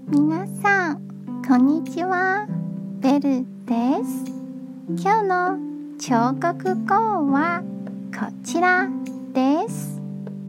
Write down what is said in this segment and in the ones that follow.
皆さん、こんにちは。ベルです。今日の聴覚語はこちらです。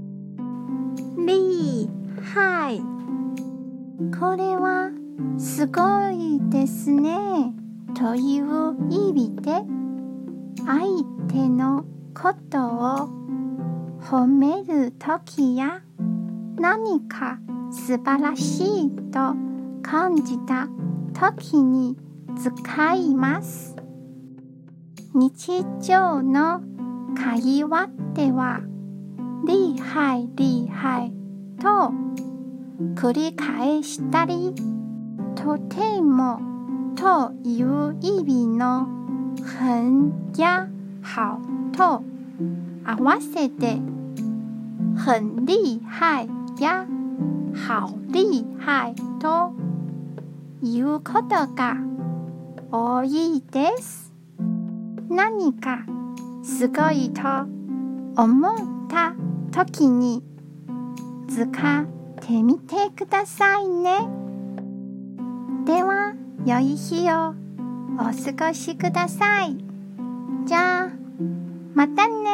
厉害。これはすごいですねという意味で、相手のことを褒めるときや何か素晴らしいと感じたときに使います。日常の会話では厉害厲害と繰り返したり、とてもという意味の很や好と合わせて很厉害や好厉害ということが多いです。何かすごいと思ったときに使ってみてくださいね。では、良い日をお過ごしください。じゃあ、またね。